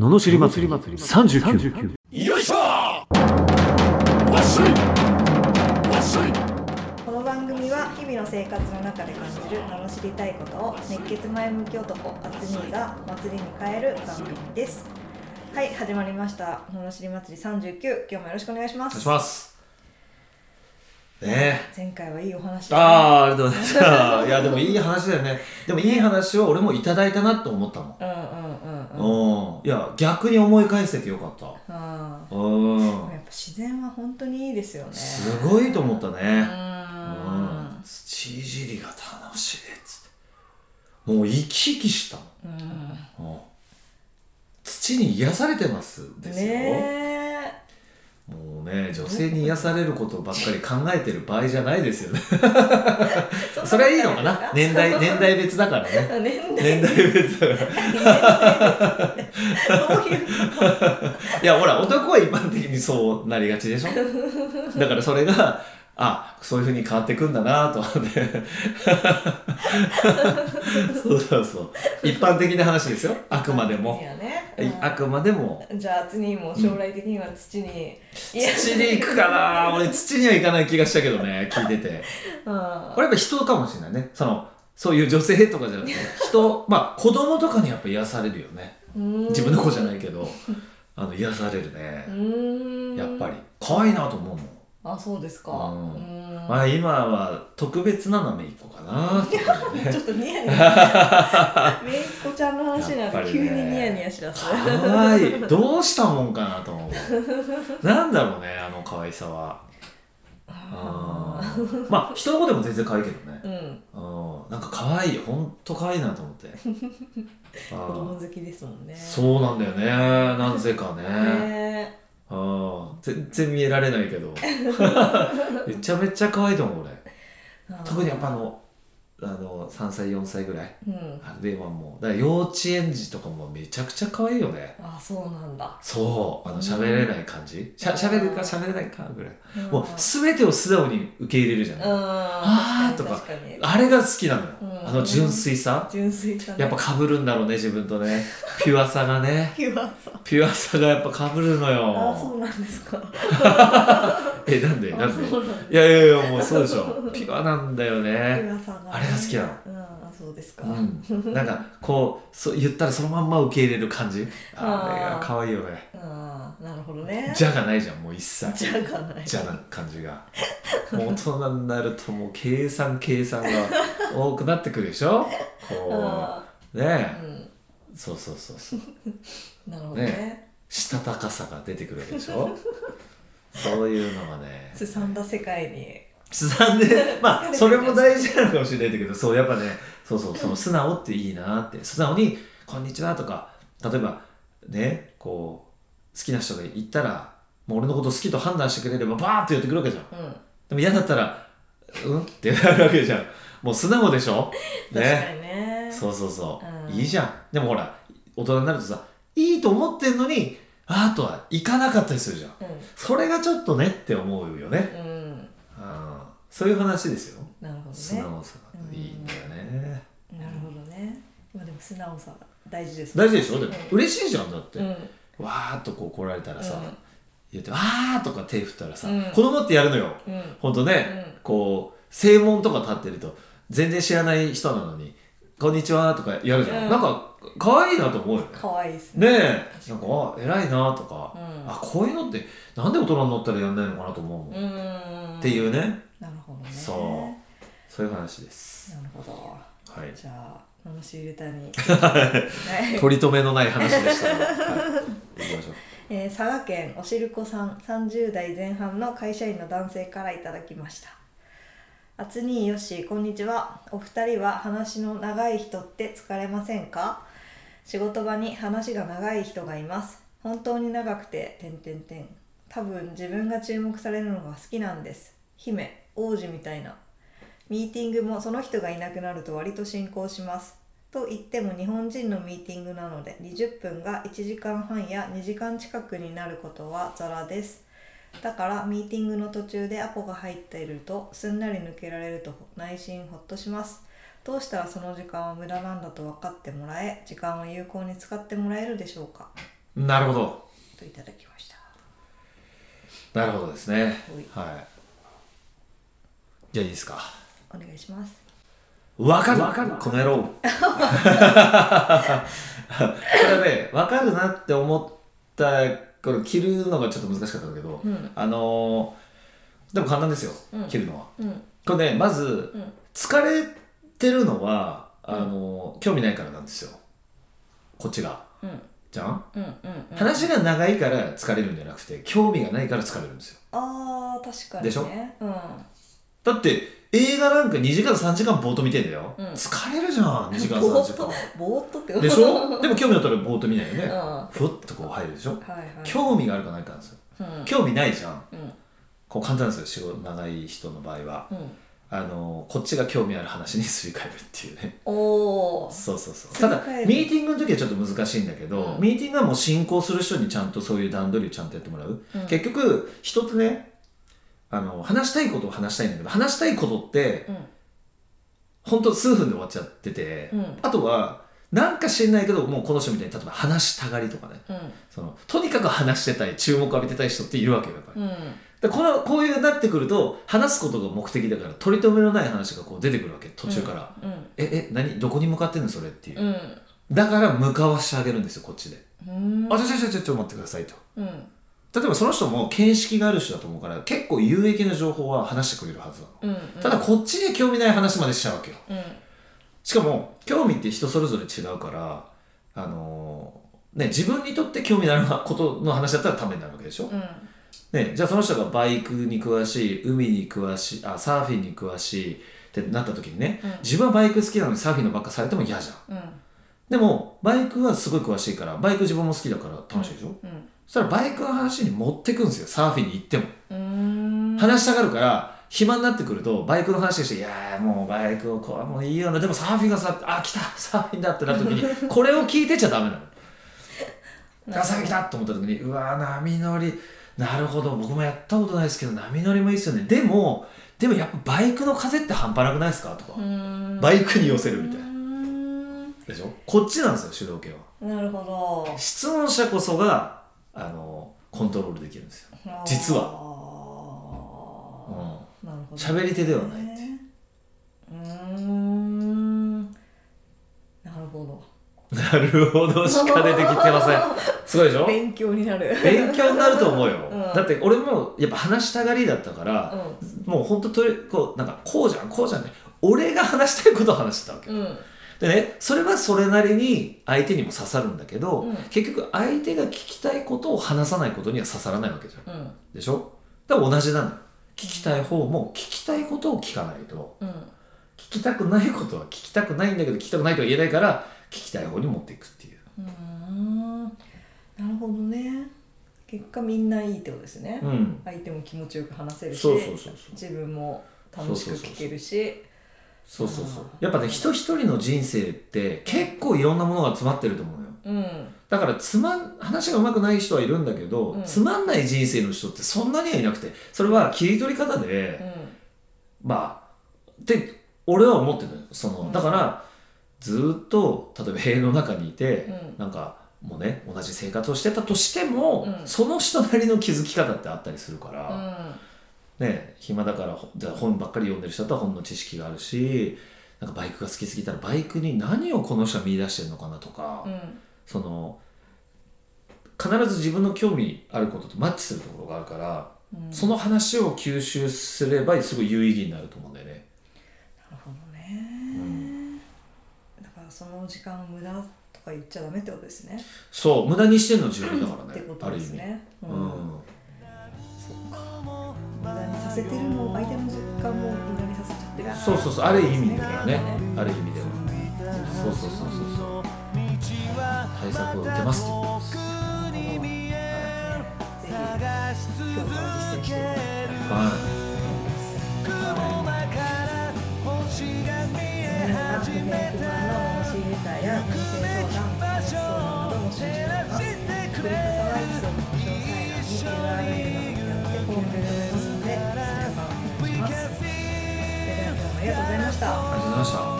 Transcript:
ののしり祭り39。 よいしょわっしょいわっしょい。 この番組は日々の生活の中で感じる罵りたいことを熱血前向き男あつにが祭りに変える番組です。はい、始まりました罵り祭り39。今日もよろしくお願いします。 お願いしますね。 前回はいいお話だね。 ありがとうございましたいやでもいい話だよね。でもいい話を俺もいただいたなと思ったもん。いや逆に思い返せてよかった。 でもやっぱ自然は本当にいいですよね。 すごいと思ったね。土いじりが楽しいっつってもう生き生きしたもん。土に癒されてますですよね。 もうね、女性に癒されることばっかり考えてる場合じゃないですよねそれはいいのかな。年代別だからね。年代別だからどういういやほら男は一般的にそうなりがちでしょだからそれがそういう風に変わってくんだなと思ってそう一般的な話ですよ。あくまでもいやね。 あくまでも。 じゃあ次にも将来的には土に、 土に行くかな。俺土には行かない気がしたけどね、聞いてて俺やっぱ人かもしれないね。そういう女性とかじゃなくて人子供とかにやっぱ癒されるよね。自分の子じゃないけど癒されるね。やっぱり可愛いなと思うもん。 そうですか。 今は特別なのめいっ子かなちょっとニヤニヤめいっ子ちゃんの話になると急にニヤニヤしだす。 可愛いどうしたもんかなと思うなんだろうね、可愛さは。人の子でも全然可愛いけどね。なんか可愛い、ほんと可愛いなと思って子供好きですもんね。 そうなんだよね、なぜかね。全然見えられないけどめちゃめちゃ可愛いと思う俺。特にやっぱ3歳4歳ぐらい、あれはもうだから幼稚園児とかもめちゃくちゃ可愛いよね。 そうなんだ。 そう喋れない感じ、喋るか喋れないかぐらい、もう全てを素直に受け入れるじゃない。とかあれが好きなのよ。純粋さね、 やっぱ被るんだろうね、自分とね。ピュアさがねピュアさがやっぱ被るのよ。 そうなんですかなんでいやもうそうでしょピュアなんだよね。 ピュアさがね、 あれが好きなの。 そうですか。 なんかそう言ったらそのまんま受け入れる感じ、あれが可愛いよね。 なるほどね。 じゃがないじゃん、もう一切じゃがないじゃな感じがもう大人になるともう計算が多くなってくるでしょねえ、そうなるほどね。 したたかさが出てくるわけでしょそういうのがね、 すさんだ世界にすさんでそれも大事なのかもしれないんだけど、そうやっぱね、その素直っていいなって。素直にこんにちはとか、例えばね好きな人がいったらもう俺のこと好きと判断してくれればバーッと寄ってくるわけじゃん。でも嫌だったらってなるわけじゃん。もう素直でしょ確かにね。 そういいじゃん。でもほら大人になるとさ、いいと思ってんのにとは行かなかったりするじゃん。それがちょっとねって思うよね。そういう話ですよ。 なるほどね。 素直さがいいんだよね。 なるほどね。でも素直さ大事ですね。大事でしょ。でも嬉しいじゃん。だってわーっと来られたらさ、言ってわーとか手振ったらさ、子供ってやるのよ。ほんとね、正門とか立ってると全然知らない人なのにこんにちはとかやるじゃん。なんか可愛いなと思うよね。 可愛いですね。 ねえ、なんか偉いなとか、こういうのってなんで大人になったらやんないのかなと思うもんっていうね。 なるほどね。 そういう話です。 なるほど。 はい。 じゃあ罵りレターに取り留めのない話でしたが、行きましょう。 佐賀県おしるこさん、30代前半の会社員の男性からいただきました。あつによし、こんにちは。お二人は話の長い人って疲れませんか？仕事場に話が長い人がいます。本当に長くて多分自分が注目されるのが好きなんです。姫、王子みたいな。ミーティングもその人がいなくなると割と進行します。と言っても日本人のミーティングなので20分が1時間半や2時間近くになることはザラです。だからミーティングの途中でアポが入っているとすんなり抜けられると内心ほっとします。どうしたらその時間は無駄なんだと分かってもらえ、時間を有効に使ってもらえるでしょうか。 なるほどといただきました。 なるほどですね。 はいはい。じゃあいいですか。 お願いします。 わかるこの野郎これはね、わかるなって思ったこれ着るのがちょっと難しかったんだけど、 うん、 でも簡単ですよ、 うん、 着るのは、 うん、 これね、まず、疲れてるのは興味ないからなんですよ、こっちが、じゃん、話が長いから疲れるんじゃなくて興味がないから疲れるんですよ。 あー確かにね。 でしょ、 うんだって映画なんか2時間3時間ぼーっと見てんだよ、疲れるじゃん2時間3時間ぼーっとってでしょでも興味あったらぼーっと見ないよね、ふわっとこう入るでしょ、 はいはい、 興味があるかないかなんですよ、興味ないじゃん、こう簡単ですよ、仕事長い人の場合は、こっちが興味ある話にすり替えるっていうね。 おー、 そうただミーティングの時はちょっと難しいんだけど、ミーティングはもう進行する人にちゃんとそういう段取りをちゃんとやってもらう、結局人ってね、話したいことを話したいんだけど、話したいことって、本当数分で終わっちゃってて、あとはなんか知んないけどもうこの人みたいに例えば話したがりとかね、とにかく話してたい、注目を浴びてたい人っているわけよやっぱり、でこういうなってくると話すことが目的だから取り留めのない話がこう出てくるわけ途中から、何どこに向かってんのそれっていう、だから向かわしてあげるんですよこっちで、ちょっと待ってくださいと、例えばその人も見識がある人だと思うから結構有益な情報は話してくれるはずなの、ただこっちで興味ない話までしちゃうわけよ、しかも興味って人それぞれ違うから自分にとって興味のあることの話だったらためになるわけでしょ、じゃあその人がバイクに詳しい、海に詳しい、サーフィンに詳しいってなった時にね、自分はバイク好きなのにサーフィンのばっかされても嫌じゃん、でもバイクはすごい詳しいからバイク自分も好きだから楽しいでしょ、そしたらバイクの話に持ってくんですよ、サーフィンに行っても話したがるから暇になってくるとバイクの話して、いやーもうバイクをもういいよな、でもサーフィンがさ、来たサーフィンだってなった時にこれを聞いてちゃダメなのサーフィン来たと思った時に、うわー波乗り、なるほど僕もやったことないですけど波乗りもいいですよね、でもやっぱバイクの風って半端なくないですかとか、バイクに寄せるみたいなでしょ、こっちなんですよ主導権は。なるほど、質問者こそがコントロールできるんですよ実は、なるほど、喋り手ではないっていう、 なるほどなるほどしか出てきてませんすごいでしょ、 勉強になる勉強になると思うよ、だって俺もやっぱ話したがりだったから、もうほんとなんかこうじゃんね、俺が話したいことを話してたわけ、でね、それはそれなりに相手にも刺さるんだけど、結局相手が聞きたいことを話さないことには刺さらないわけじゃん、でしょ、だから同じなのよ、聞きたい方も聞きたいことを聞かないと、聞きたくないことは聞きたくないんだけど聞きたくないとは言えないから聞きたい方に持っていくっていう。なるほどね。結果みんないいってことですね、相手も気持ちよく話せるし、自分も楽しく聞けるし、やっぱね、人一人の人生って結構いろんなものが詰まってると思うのよ、だから話がうまくない人はいるんだけど、つまんない人生の人ってそんなにはいなくて、それは切り取り方で、って俺は思ってるのよ。だからずっと例えば塀の中にいて、なんかもうね同じ生活をしてたとしても、その人なりの気づき方ってあったりするから、暇だから本ばっかり読んでる人だったら本の知識があるし、なんかバイクが好きすぎたらバイクに何をこの人は見出してるのかなとか、必ず自分の興味あることとマッチするところがあるから、その話を吸収すればすごい有意義になると思うんだよね。 なるほどね、だからその時間を無駄とか言っちゃダメってことですね。 そう、無駄にしてんの自分だからねってことですね。無駄にさせてるの、相手の時間も無駄にさせちゃってる。 そう、ある意味だからね、ある意味では。対策を受けますっていうことです。 ぜひ今日から実践していただきたい。不平不満の申し入れたや人生相談なども募集しています。送り方はエピソードの詳細欄に URL が貼ってあってフォームで読めますので、そちらからお願いします。それでは今日もありがとうございました。 ありがとうございました。